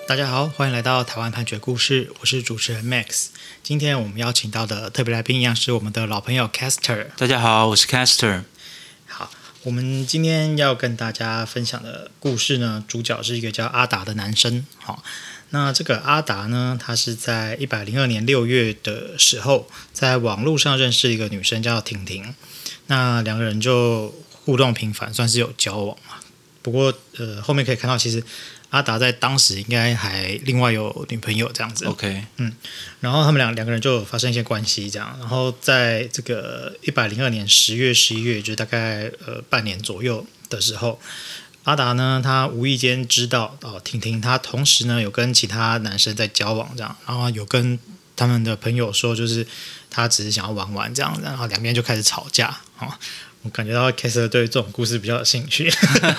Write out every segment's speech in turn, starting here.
大家好，欢迎来到台湾判决故事，我是主持人 Max。今天我们邀请到的特别来宾一样是我们的老朋友 Caster。 大家好，我是 Caster。 好，我们今天要跟大家分享的故事呢，主角是一个叫阿达的男生。好，那这个阿达呢，他是在102年6月的时候，在网络上认识一个女生叫婷婷。那两个人就互动频繁，算是有交往嘛。不过后面可以看到，其实阿达在当时应该还另外有女朋友这样子。 OK， 然后他们两个人就有发生一些关系这样。然后在这个102年10月、11月，就大概半年左右的时候，阿达呢，他无意间知道婷婷她同时呢有跟其他男生在交往这样，然后有跟他们的朋友说，就是他只是想要玩玩这样，然后两边就开始吵架。我感觉到 Kessler 对这种故事比较有兴趣。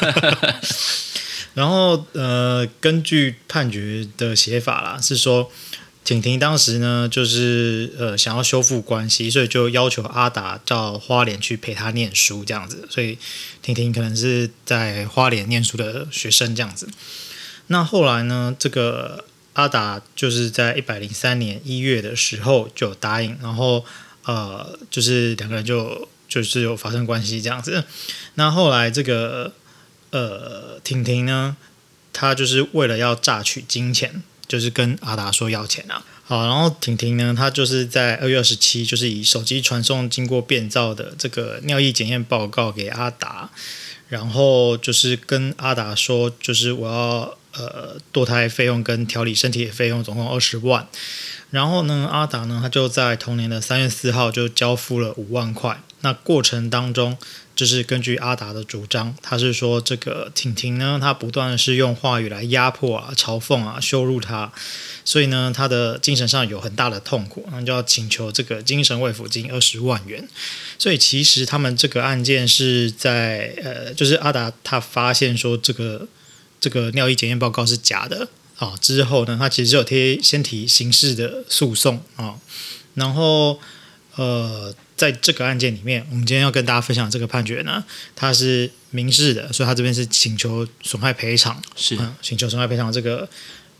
然后根据判决的写法啦，是说婷婷当时呢就是想要修复关系，所以就要求阿达到花莲去陪他念书这样子，所以婷婷可能是在花莲念书的学生这样子。那后来呢，这个阿达就是在103年1月的时候就有答应，然后就是两个人就是有发生关系这样子。那后来这个婷婷呢，她就是为了要榨取金钱，就是跟阿达说要钱啊。好，然后婷婷呢，她就是在2月27，就是以手机传送经过变造的这个尿液检验报告给阿达，然后就是跟阿达说，就是我要堕胎费用跟调理身体的费用总共20万。然后呢，阿达呢，他就在同年的3月4号就交付了5万块。那过程当中，就是根据阿达的主张，他是说这个婷婷呢，他不断的是用话语来压迫啊、嘲讽啊、羞辱他，所以呢，他的精神上有很大的痛苦，那就要请求这个精神慰抚金20万元。所以其实他们这个案件是在就是阿达他发现说这个尿液检验报告是假的之后呢，他其实有先提刑事的诉讼然后在这个案件里面，我们今天要跟大家分享这个判决呢，它是民事的，所以他这边是请求损害赔偿，请求损害赔偿这个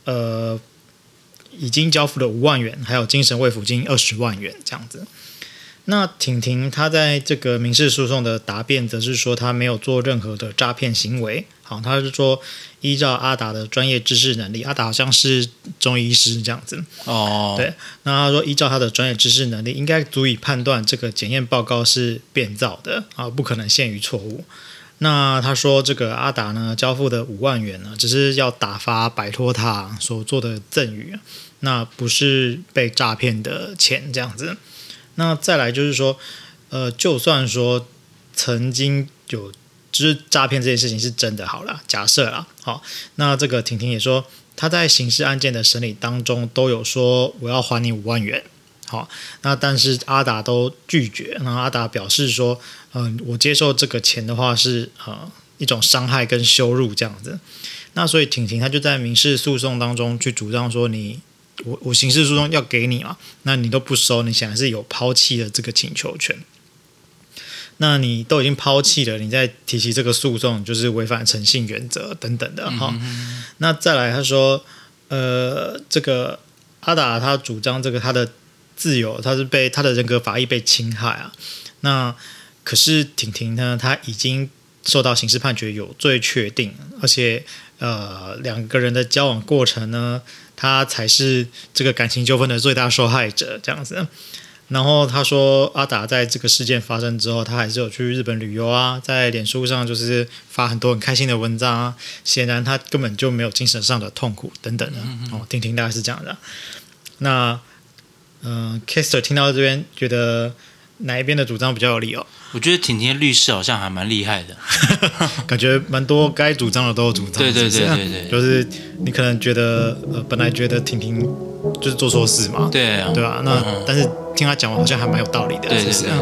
已经交付了5万元，还有精神慰抚金20万元这样子。那婷婷她在这个民事诉讼的答辩则是说她没有做任何的诈骗行为。好，她是说依照阿达的专业知识能力，阿达好像是中医师这样子对。那她说依照她的专业知识能力，应该足以判断这个检验报告是变造的不可能陷于错误。那他说这个阿达呢交付的5万元呢，只是要打发摆脱他所做的赠与，那不是被诈骗的钱这样子。那再来就是说，就算说曾经有就是诈骗这件事情是真的好了，假设啦，好，那这个婷婷也说，她在刑事案件的审理当中都有说我要还你5万元，好，那但是阿达都拒绝，然后阿达表示说，我接受这个钱的话是一种伤害跟羞辱这样子。那所以婷婷她就在民事诉讼当中去主张说我刑事诉讼要给你嘛，那你都不收，你显然是有抛弃了这个请求权。那你都已经抛弃了，你再提起这个诉讼，就是违反诚信原则等等的那再来他说，这个阿达他主张这个他的自由，他是被他的人格法益被侵害啊。那可是婷婷呢，他已经受到刑事判决有罪确定，而且两个人的交往过程呢，他才是这个感情纠纷的最大受害者这样子。然后他说阿达在这个事件发生之后，他还是有去日本旅游啊，在脸书上就是发很多很开心的文章啊，显然他根本就没有精神上的痛苦等等的婷婷大概是这样的。那Kester 听到这边觉得哪一边的主张比较有理我觉得婷婷的律师好像还蛮厉害的， 感觉蛮多该主张的都有主张。 对， 就是你可能觉得本来觉得婷婷就是做错事嘛， 对吧？那但是听他讲完好像还蛮有道理的， 对。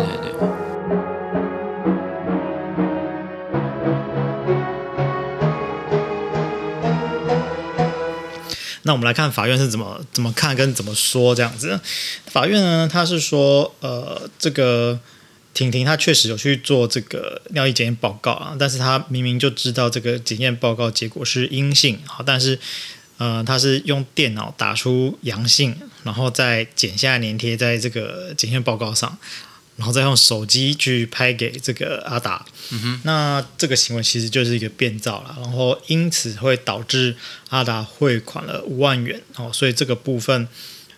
那我们来看法院是怎么看跟怎么说这样子。法院呢，他是说，这个婷婷她确实有去做这个尿液检验报告啊，但是她明明就知道这个检验报告结果是阴性，好，但是他是用电脑打出阳性，然后再剪下粘贴在这个检验报告上，然后再用手机去拍给这个阿达。那这个行为其实就是一个变造了，然后因此会导致阿达汇款了5万元。所以这个部分，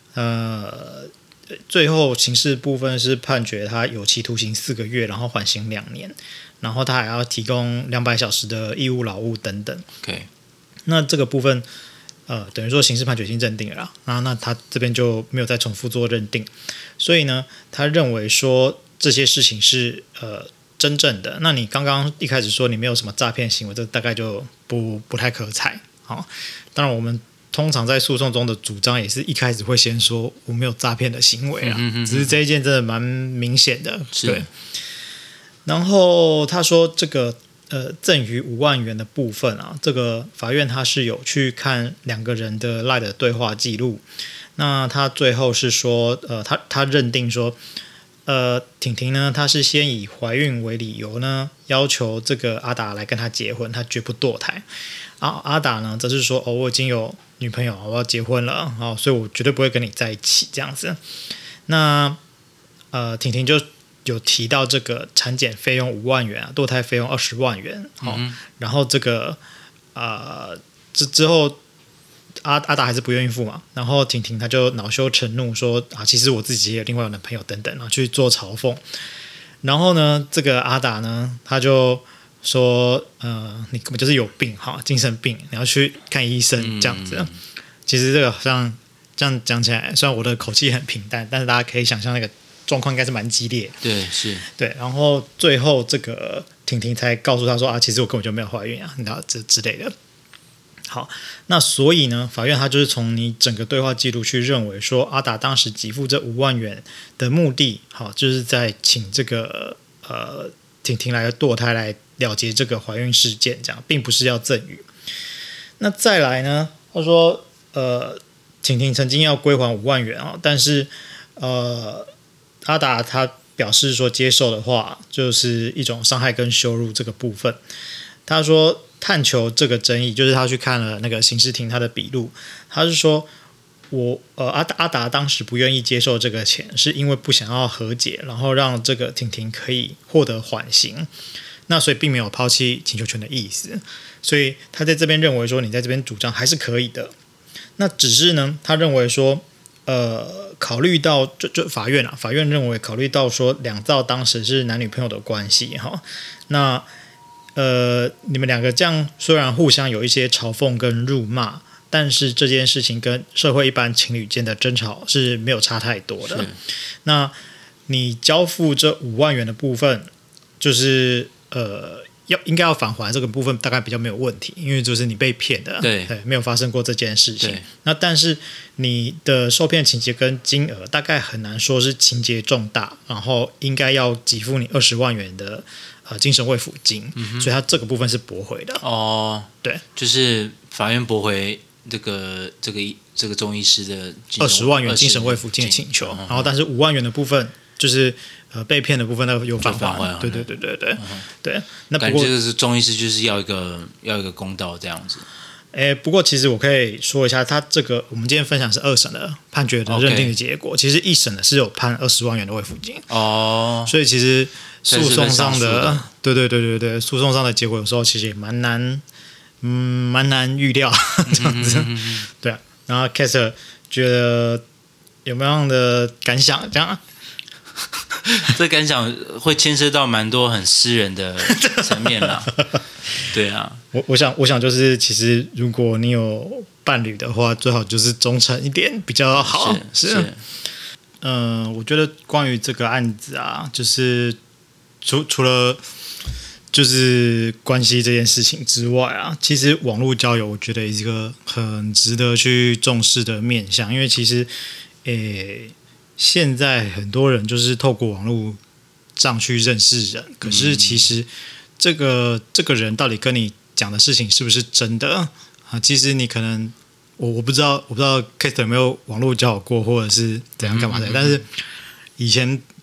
最后刑事部分是判决他有期徒刑4个月，然后缓刑2年，然后他还要提供200小时的义务劳务等等。 OK， 那这个部分，等于说刑事判决已经认定了啦，那他这边就没有再重复做认定，所以呢，他认为说这些事情是真正的。那你刚刚一开始说你没有什么诈骗行为，这大概就不太可采。好，当然我们通常在诉讼中的主张也是一开始会先说我没有诈骗的行为啊，只是这一件真的蛮明显的。对。然后他说这个赠与5万元的部分啊，这个法院他是有去看2个人的 LINE 的对话记录。那他最后是说，他认定说，婷婷呢，她是先以怀孕为理由呢，要求这个阿达来跟他结婚，他绝不堕胎。阿达呢，则是说，我已经有女朋友，我要结婚了，所以我绝对不会跟你在一起这样子。那婷婷就有提到这个产检费用5万元啊，堕胎费用20万元。然后这个之后阿达还是不愿意付嘛，然后婷婷她就恼羞成怒说其实我自己也有另外有男朋友等等，然后去做嘲讽。然后呢，这个阿达呢，他就说你根本就是有病哈，精神病，你要去看医生这样子。其实这个好像这样讲起来，虽然我的口气很平淡，但是大家可以想象那个状况应该是蛮激烈。 对，是， 对。然后最后这个婷婷才告诉他说其实我根本就没有怀孕啊，你知道这之类的。好，那所以呢，法院他就是从你整个对话记录去认为说，阿达当时给付这5万元的目的，就是在请这个婷婷来堕胎来了结这个怀孕事件，这样并不是要赠与。那再来呢，他说婷婷曾经要归还5万元但是阿达他表示说接受的话，就是一种伤害跟羞辱这个部分。他说探求这个争议，就是他去看了那个刑事庭他的笔录，他是说阿达当时不愿意接受这个钱，是因为不想要和解，然后让这个婷婷可以获得缓刑，那所以并没有抛弃请求权的意思，所以他在这边认为说你在这边主张还是可以的。那只是呢，他认为说考虑到就法院认为考虑到说两造当时是男女朋友的关系那你们两个这样虽然互相有一些嘲讽跟辱骂，但是这件事情跟社会一般情侣间的争吵是没有差太多的。那你交付这5万元的部分，就是应该要返还这个部分大概比较没有问题，因为就是你被骗的，对，没有发生过这件事情。那但是你的受骗情节跟金额大概很难说是情节重大，然后应该要给付你20万元的精神慰抚金，所以他这个部分是驳回的。对， 就是法院驳回这个中医师的 20万元精神慰抚金的请求，然后但是5万元的部分就是被骗的部分那有返还。对。对，那不过感觉就是中医师就是要一个公道这样子。 不过其实我可以说一下，他这个我们今天分享是2审的判决的认定的结果，其实1审的是有判20万元的慰抚金。所以其实诉讼上的对，诉讼上的结果有时候其实也蛮难预料这样子。对啊，然后 Kester 觉得有没有样的感想？这样这感想会牵涉到蛮多很私人的层面啦。对啊， 我想就是，其实如果你有伴侣的话，最好就是忠诚一点比较好。是。我觉得关于这个案子啊，就是除了就是关系这件事情之外啊，其实网络交友我觉得是一个很值得去重视的面向，因为其实现在很多人就是透过网络上去认识人，可是其实这个人到底跟你讲的事情是不是真的其实你可能我不知道 Kester 有没有网络交友过，或者是怎样干嘛的，但是以前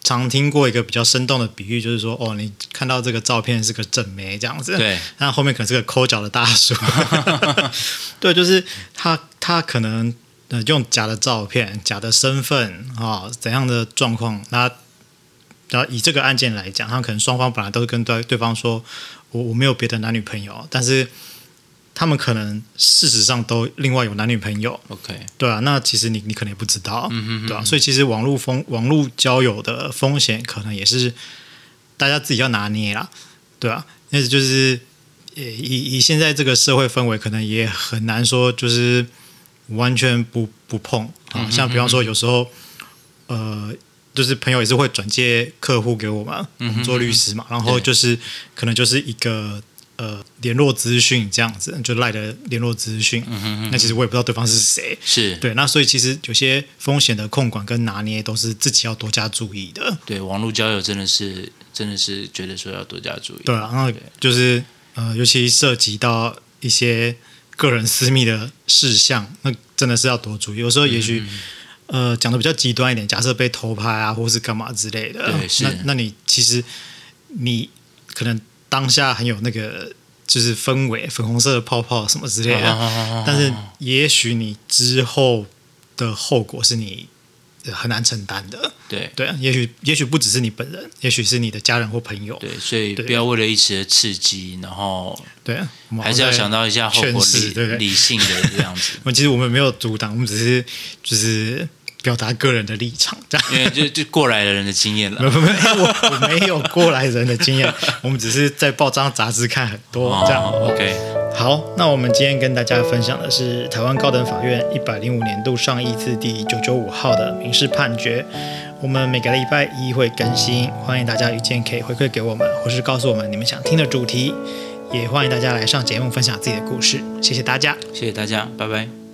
常听过一个比较生动的比喻，就是说，你看到这个照片是个正妹这样子， 对， 那后面可能是个抠脚的大叔，对，就是他可能用假的照片、假的身份怎样的状况，那以这个案件来讲，他可能双方本来都是跟对方说，我没有别的男女朋友，但是他们可能事实上都另外有男女朋友 ，OK， 对啊，那其实你可能也不知道，对啊，所以其实网络交友的风险可能也是大家自己要拿捏啦，对啊，但是就是以现在这个社会氛围，可能也很难说就是完全不碰啊，像比方说有时候就是朋友也是会转介客户给我们，我们做律师嘛，然后就是可能就是一个联络资讯这样子，就赖的联络资讯。那其实我也不知道对方是谁， 是对。那所以其实有些风险的控管跟拿捏都是自己要多加注意的。 对，网络交友真的是觉得说要多加注意。 对啊，然后就是尤其涉及到一些个人私密的事项，那真的是要多注意。有时候也许讲的比较极端一点，假设被偷拍啊，或是干嘛之类的，那你其实你可能当下很有那个就是氛围，粉红色的泡泡什么之类的，但是也许你之后的后果是你很难承担的。对，也许不只是你本人，也许是你的家人或朋友。 对，所以不要为了一时的刺激，然后对， 还是要想到一下后果，理性的这样子。 其实我们没有阻挡，我们只是就是表达个人的立场，这样。 因为就过来人的经验了。 我没有过来人的经验，我们只是在报章杂志看很多这样。 OK， 好，那我们今天跟大家分享的是台湾高等法院105年度上议字第995号的民事判决。我们每个礼拜一会更新，欢迎大家意见可以回馈给我们，或是告诉我们你们想听的主题，也欢迎大家来上节目分享自己的故事。谢谢大家， 谢谢大家，拜拜。